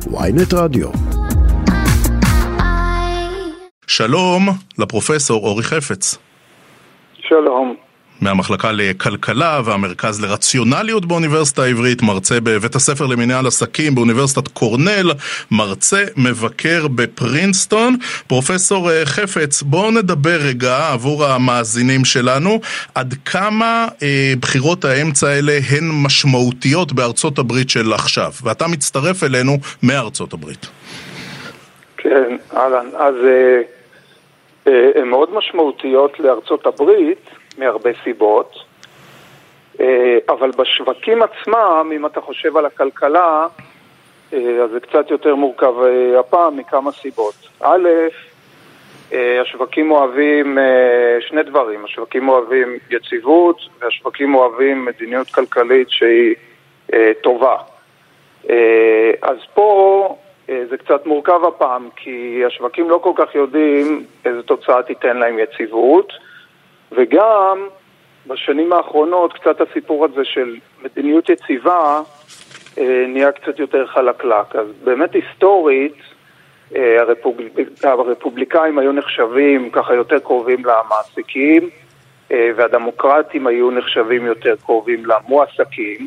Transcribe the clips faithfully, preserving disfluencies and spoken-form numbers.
וויינט רדיו. שלום לפרופסור אורי חפץ. שלום. מהמחלקה לכלכלה והמרכז לרציונליות באוניברסיטה העברית, מרצה בבית הספר למנהל עסקים באוניברסיטת קורנל, מרצה מבקר בפרינסטון. פרופסור חפץ, בואו נדבר רגע עבור המאזינים שלנו, עד כמה אה, בחירות האמצע האלה הן משמעותיות בארצות הברית של עכשיו, ואתה מצטרף אלינו מארצות הברית. כן, אהלן, אז אה, אה, הן מאוד משמעותיות לארצות הברית, מהרבה סיבות, אבל בשווקים עצמם, אם אתה חושב על הכלכלה, אז זה קצת יותר מורכב הפעם מכמה סיבות. א', השווקים אוהבים שני דברים, השווקים אוהבים יציבות, והשווקים אוהבים מדיניות כלכלית שהיא טובה. אז פה זה קצת מורכב הפעם, כי השווקים לא כל כך יודעים איזו תוצאה תיתן להם יציבות, וגם בשנים האחרונות קצת הסיפור הזה של מדיניות יציבה אה, נהיה קצת יותר חלקלק. אז באמת היסטורית אה, הרפובל... הרפובליקאים היו נחשבים ככה יותר קרובים למעסיקים, אה, והדמוקרטים היו נחשבים יותר קרובים למועסקים,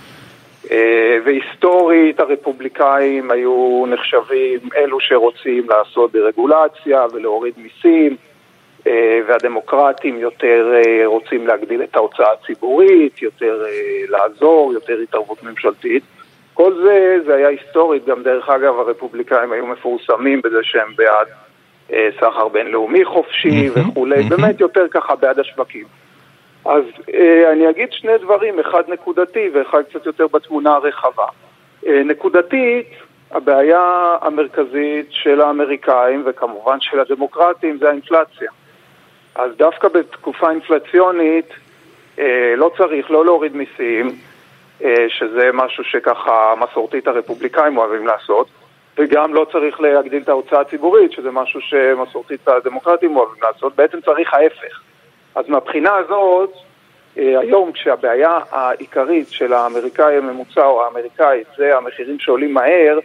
אה, והיסטורית הרפובליקאים היו נחשבים אלו שרוצים לעשות ברגולציה ולהוריד מיסים, והדמוקרטים יותר רוצים להגדיל את ההוצאה הציבורית, יותר לעזור, יותר התערבות ממשלתית. כל זה, זה היה היסטורית, גם דרך אגב הרפובליקאים היו מפורסמים בזה שהם בעד סחר בינלאומי חופשי וכולי, באמת יותר ככה בעד השווקים. אז אני אגיד שני דברים, אחד נקודתי ואחד קצת יותר בתמונה הרחבה. נקודתית, הבעיה המרכזית של האמריקאים וכמובן של הדמוקרטים זה האינפלציה. אז דווקא בתקופה אינפלציונית אה, לא צריך לא להוריד מיסים, אה, שזה משהו שככה מסורתית הרפובליקאים אוהבים לעשות, וגם לא צריך להגדיל את ההוצאה הציבורית, שזה משהו שמסורתית הדמוקרטים אוהבים לעשות, בעצם צריך ההפך. אז מהבחינה הזאת, אה, היום כשהבעיה העיקרית של האמריקאי הממוצע או האמריקאית זה המחירים שעולים מהר,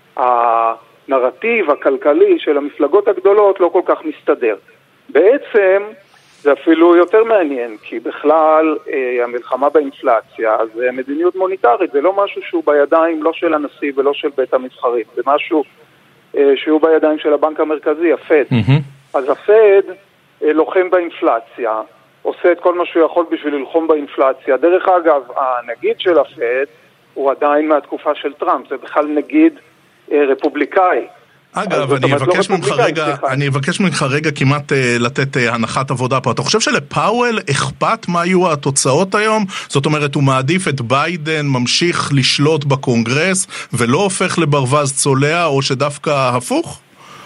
הנרטיב הכלכלי של המפלגות הגדולות לא כל כך מסתדר. בעצם זה אפילו יותר מעניין, כי בכלל אה, המלחמה באינפלציה זה מדיניות מוניטרית, זה לא משהו שהוא בידיים לא של הנשיא ולא של בית המסחרים, זה משהו אה, שהוא בידיים של הבנק המרכזי, הפד. Mm-hmm. אז הפד אה, לוחם באינפלציה, עושה את כל מה שהוא יכול בשביל ללחום באינפלציה. דרך אגב, הנגיד של הפד הוא עדיין מהתקופה של טראמפ, זה בכלל נגיד אה, רפובליקאי. אגב, אני אבקש ממך רגע, אני אבקש ממך רגע כמעט לתת הנחת עבודה פה. אתה חושב שלפאוול אכפת מה יהיו התוצאות היום? זאת אומרת, הוא מעדיף את ביידן, ממשיך לשלוט בקונגרס, ולא הופך לברווז צולע, או שדווקא הפוך?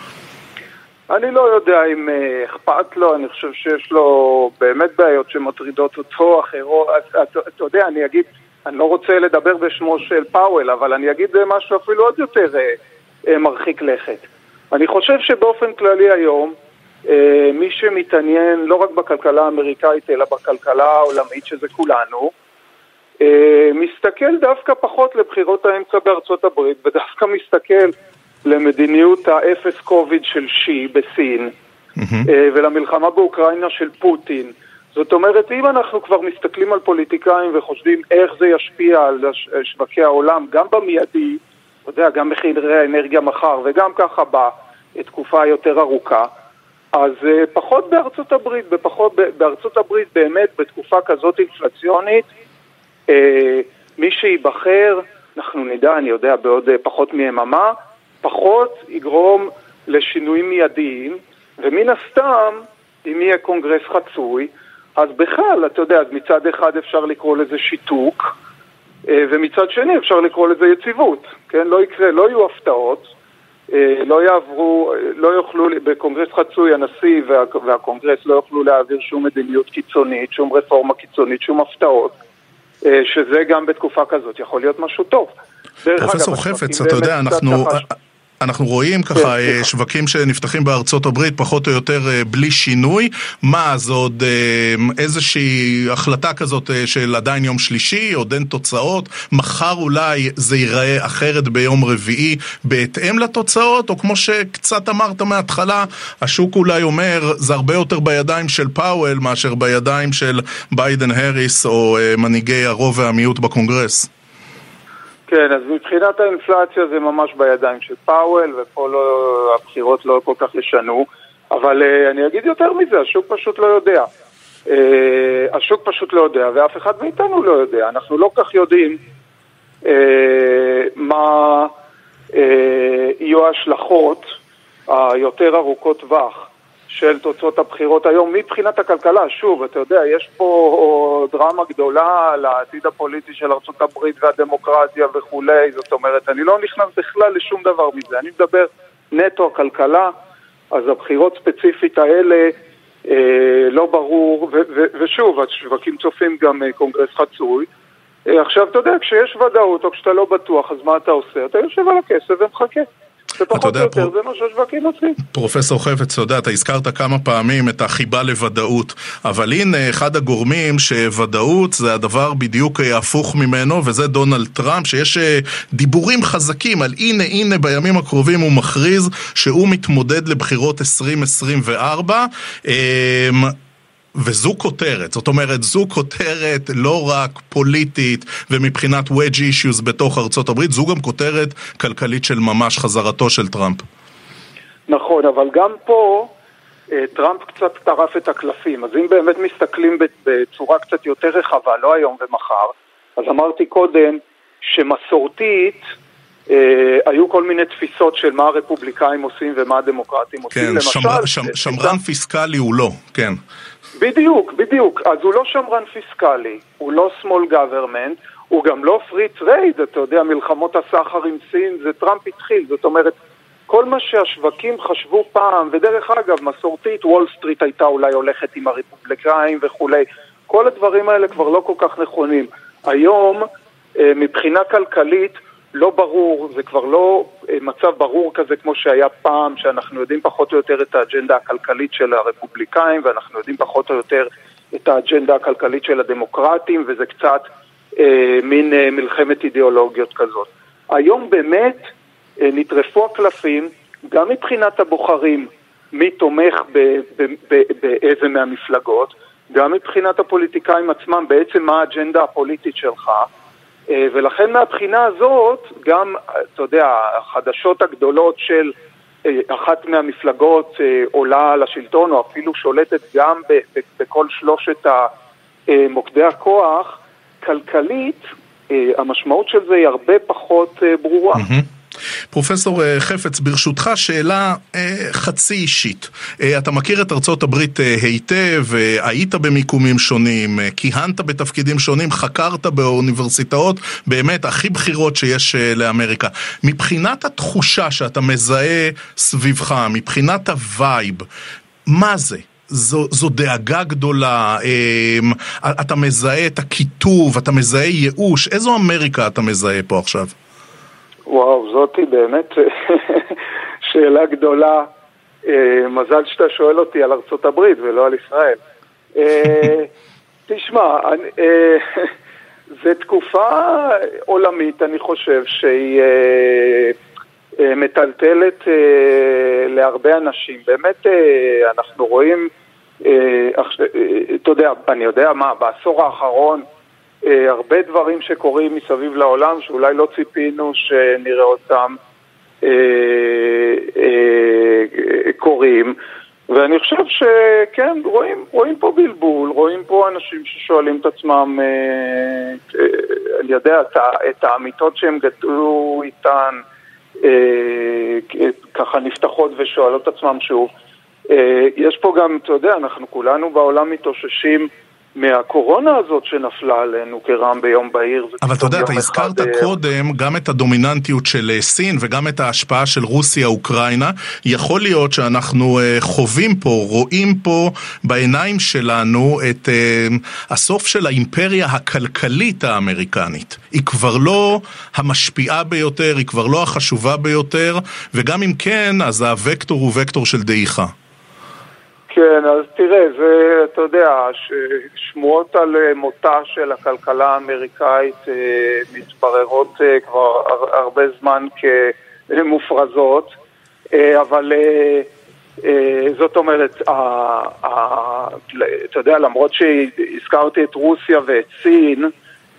אני לא יודע אם אכפת לו, אני חושב שיש לו באמת בעיות שמטרידות אותו, אחרו. אתה יודע, אני אגיד, אני לא רוצה לדבר בשמו של פאוול, אבל אני אגיד משהו אפילו עוד יותר מרחיק לכת. אני חושב שבאופן כללי היום, מי שמתעניין לא רק בכלכלה האמריקאית, אלא בכלכלה העולמית, שזה כולנו, מסתכל דווקא פחות לבחירות האמצע בארצות הברית, ודווקא מסתכל למדיניות האפס קוביד של שי בסין, ולמלחמה באוקראינה של פוטין. זאת אומרת, אם אנחנו כבר מסתכלים על פוליטיקאים וחושבים איך זה ישפיע על שווקי העולם, גם במיידי, אתה יודע, גם מחירי האנרגיה מחר, וגם ככה בתקופה יותר ארוכה, אז פחות בארצות הברית, בפחות, בארצות הברית באמת בתקופה כזאת אינפלציונית, מי שיבחר, אנחנו נדע, אני יודע, בעוד פחות מיממה, פחות יגרום לשינויים מיידיים, ומן הסתם, אם יהיה קונגרס חצוי, אז בכלל, אתה יודע, מצד אחד אפשר לקרוא לזה שיתוק, ומצד שני אפשר לקרוא לזה יציבות, כן? לא יקרה, לא יהיו הפתעות, לא יעברו, לא יוכלו, בקונגרס חצוי הנשיא וה, והקונגרס לא יוכלו להעביר שום מדיניות קיצונית, שום רפורמה קיצונית, שום הפתעות, שזה גם בתקופה כזאת יכול להיות משהו טוב. פרופסור חפץ, אתה יודע, אנחנו... אנחנו רואים ככה שווקים שנפתחים בארצות הברית פחות או יותר בלי שינוי. מה, זה עוד איזושהי החלטה כזאת של עדיין יום שלישי, עוד אין תוצאות? מחר אולי זה ייראה אחרת ביום רביעי בהתאם לתוצאות? או כמו שקצת אמרת מההתחלה, השוק אולי אומר, זה הרבה יותר בידיים של פאוול מאשר בידיים של ביידן הריס או מנהיגי הרוב והמיעוט בקונגרס. כן, אז מבחינת האינפלציה זה ממש בידיים של פאוול, ופה לא, הבחירות לא כל כך ישנו, אבל uh, אני אגיד יותר מזה, השוק פשוט לא יודע. Uh, השוק פשוט לא יודע, ואף אחד מאיתנו לא יודע. אנחנו לא כך יודעים uh, מה uh, יהיו ההשלכות היותר ארוכות טווח של תוצאות הבחירות היום מבחינת הכלכלה. שוב, אתה יודע, יש פה דרמה גדולה על העתיד הפוליטי של ארצות הברית והדמוקרטיה וכולי, זאת אומרת, אני לא נכנס בכלל לשום דבר מזה, אני מדבר נטו הכלכלה, אז הבחירות ספציפית האלה אה, לא ברור, ו- ו- ושוב, השווקים צופים גם אה, קונגרס חצוי. אה, עכשיו, אתה יודע, כשיש ודאות או כשאתה לא בטוח, אז מה אתה עושה? אתה יושב על הכסף ומחכה. אתה יודע, יותר, זה מה שהשווקים עושים. פרופסור חפץ, אתה יודע, אתה הזכרת כמה פעמים את החיבה לוודאות, אבל הנה אחד הגורמים שוודאות זה הדבר בדיוק הפוך ממנו, וזה דונלד טראמפ, שיש דיבורים חזקים על הנה הנה בימים הקרובים הוא מכריז שהוא מתמודד לבחירות עשרים עשרים וארבע, וזו כותרת, זאת אומרת, זו כותרת לא רק פוליטית ומבחינת wedge issues בתוך ארצות הברית, זו גם כותרת כלכלית של ממש חזרתו של טראמפ. נכון, אבל גם פה טראמפ קצת טרף את הקלפים, אז אם באמת מסתכלים בצורה קצת יותר רחבה, לא היום ומחר, אז אמרתי קודם שמסורתית אה, היו כל מיני תפיסות של מה הרפובליקאים עושים ומה הדמוקרטים עושים. כן, למשל, שמר, שמ, שמרן את... פיסקלי הוא לא, כן. בדיוק, בדיוק. אז הוא לא שמרן פיסקלי, הוא לא small government, הוא גם לא free trade, אתה יודע, מלחמות הסחר עם סין, זה טראמפ התחיל, זאת אומרת, כל מה שהשווקים חשבו פעם, ודרך אגב, מסורתית, וול סטריט הייתה אולי הולכת עם הרפובליקאים וכולי, כל הדברים האלה כבר לא כל כך נכונים. היום, מבחינה כלכלית, לא ברור, זה כבר לא מצב ברור כזה כמו שהיה פעם, שאנחנו יודעים פחות או יותר את האג'נדה הכלכלית של הרפובליקאים, ואנחנו יודעים פחות או יותר את האג'נדה הכלכלית של הדמוקרטים, וזה קצת אה, מין אה, מלחמת אידיאולוגיות כזאת. היום באמת אה, נטרפו הקלפים, גם מבחינת הבוחרים, מי תומך ב- ב- ב- באיזה מהמפלגות, גם מבחינת הפוליטיקאים עצמם, בעצם מה האג'נדה הפוליטית שלך, ולכן מהבחינה הזאת, גם, אתה יודע, החדשות הגדולות של אחת מהמפלגות עולה לשלטון, או אפילו שולטת גם בכל שלושת מוקדי הכוח, כלכלית, המשמעות של זה היא הרבה פחות ברורה. פרופסור חפץ, ברשותך שאלה חצי אישית. אתה מכיר את ארצות הברית היטב, היית במיקומים שונים, כיהנת בתפקידים שונים, חקרת באוניברסיטאות באמת הכי בחירות שיש לאמריקה. מבחינת התחושה שאתה מזהה סביבך, מבחינת הווייב, מה זה? זו, זו דאגה גדולה, אתה מזהה את הכיתוב, אתה מזהה ייאוש, איזו אמריקה אתה מזהה פה עכשיו? וואו, זאת היא באמת שאלה גדולה. מזל שאתה שואל אותי על ארצות הברית ולא על ישראל. תשמע, זו תקופה עולמית, אני חושב, שהיא מטלטלת להרבה אנשים. באמת אנחנו רואים, אתה יודע, אני יודע מה, בעשור האחרון, הרבה דברים שקורים מסביב לעולם שאולי לא ציפינו שנראה אותם קורים, ואני חושב שכן, רואים, רואים פה בלבול, רואים פה אנשים ששואלים את עצמם, אני יודע, את האמיתות שהם גדלו איתן, ככה נפתחות ושואלות את עצמם שוב. יש פה גם, אתה יודע, אנחנו כולנו בעולם מתאוששים מהקורונה הזאת שנפלה עלינו כרעם ביום בהיר. אבל אתה יודע, אתה הזכרת קודם גם את הדומיננטיות של סין וגם את ההשפעה של רוסיה-אוקראינה. יכול להיות שאנחנו חווים פה, רואים פה בעיניים שלנו את הסוף של האימפריה הכלכלית האמריקנית. היא כבר לא המשפיעה ביותר, היא כבר לא החשובה ביותר, וגם אם כן, אז הוקטור הוא וקטור של דעיכה. כן, אז תראה, זה, אתה יודע, שמועות על מותה של הכלכלה האמריקאית מתבררות כבר הרבה זמן כמופרזות, אבל זאת אומרת, אתה יודע, למרות שהזכרתי את רוסיה ואת סין,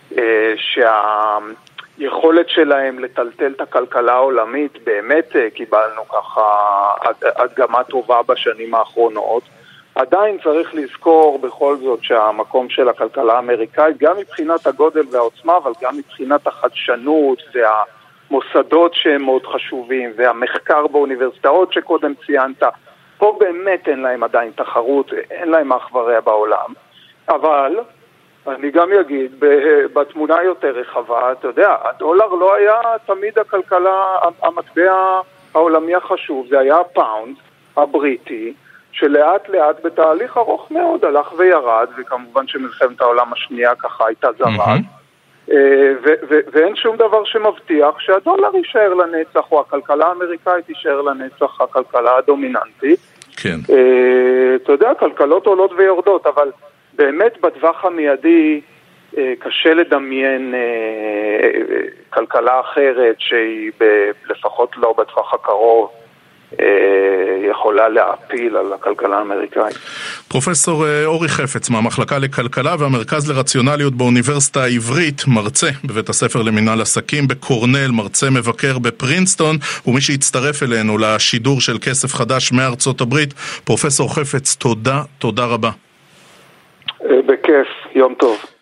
שהיכולת שלהם לטלטל את הכלכלה העולמית, באמת קיבלנו ככה הדגמה טובה בשנים האחרונות. עדיין צריך לזכור בכל זאת שהמקום של הכלכלה האמריקאית, גם מבחינת הגודל והעוצמה, אבל גם מבחינת החדשנות והמוסדות שהם מאוד חשובים, והמחקר באוניברסיטאות שקודם ציינת, פה באמת אין להם עדיין תחרות, אין להם אח ורע בעולם. אבל אני גם אגיד, בתמונה יותר רחבה, אתה יודע, הדולר לא היה תמיד הכלכלה, המטבע העולמי החשוב, זה היה הפאונד הבריטי, שלאט לאט בתהליך ארוך מאוד הלך וירד, וכמובן שמלחמת העולם השנייה ככה הייתה זרד, ואין שום דבר שמבטיח שהדולר יישאר לנצח, או הכלכלה האמריקאית יישאר לנצח, הכלכלה הדומיננטית. כן. אתה יודע, כלכלות עולות ויורדות, אבל באמת בטווח המיידי קשה לדמיין כלכלה אחרת שהיא לפחות לא בטווח הקרוב יכולה להפיל על הכלכלה האמריקאית. פרופסור אורי חפץ מהמחלקה לכלכלה והמרכז לרציונליות באוניברסיטה העברית, מרצה בבית הספר למינהל עסקים בקורנל, מרצה מבקר בפרינסטון, ומי שהצטרף אלינו לשידור של כסף חדש מארצות הברית. פרופסור חפץ, תודה, תודה רבה. בכיף, יום טוב.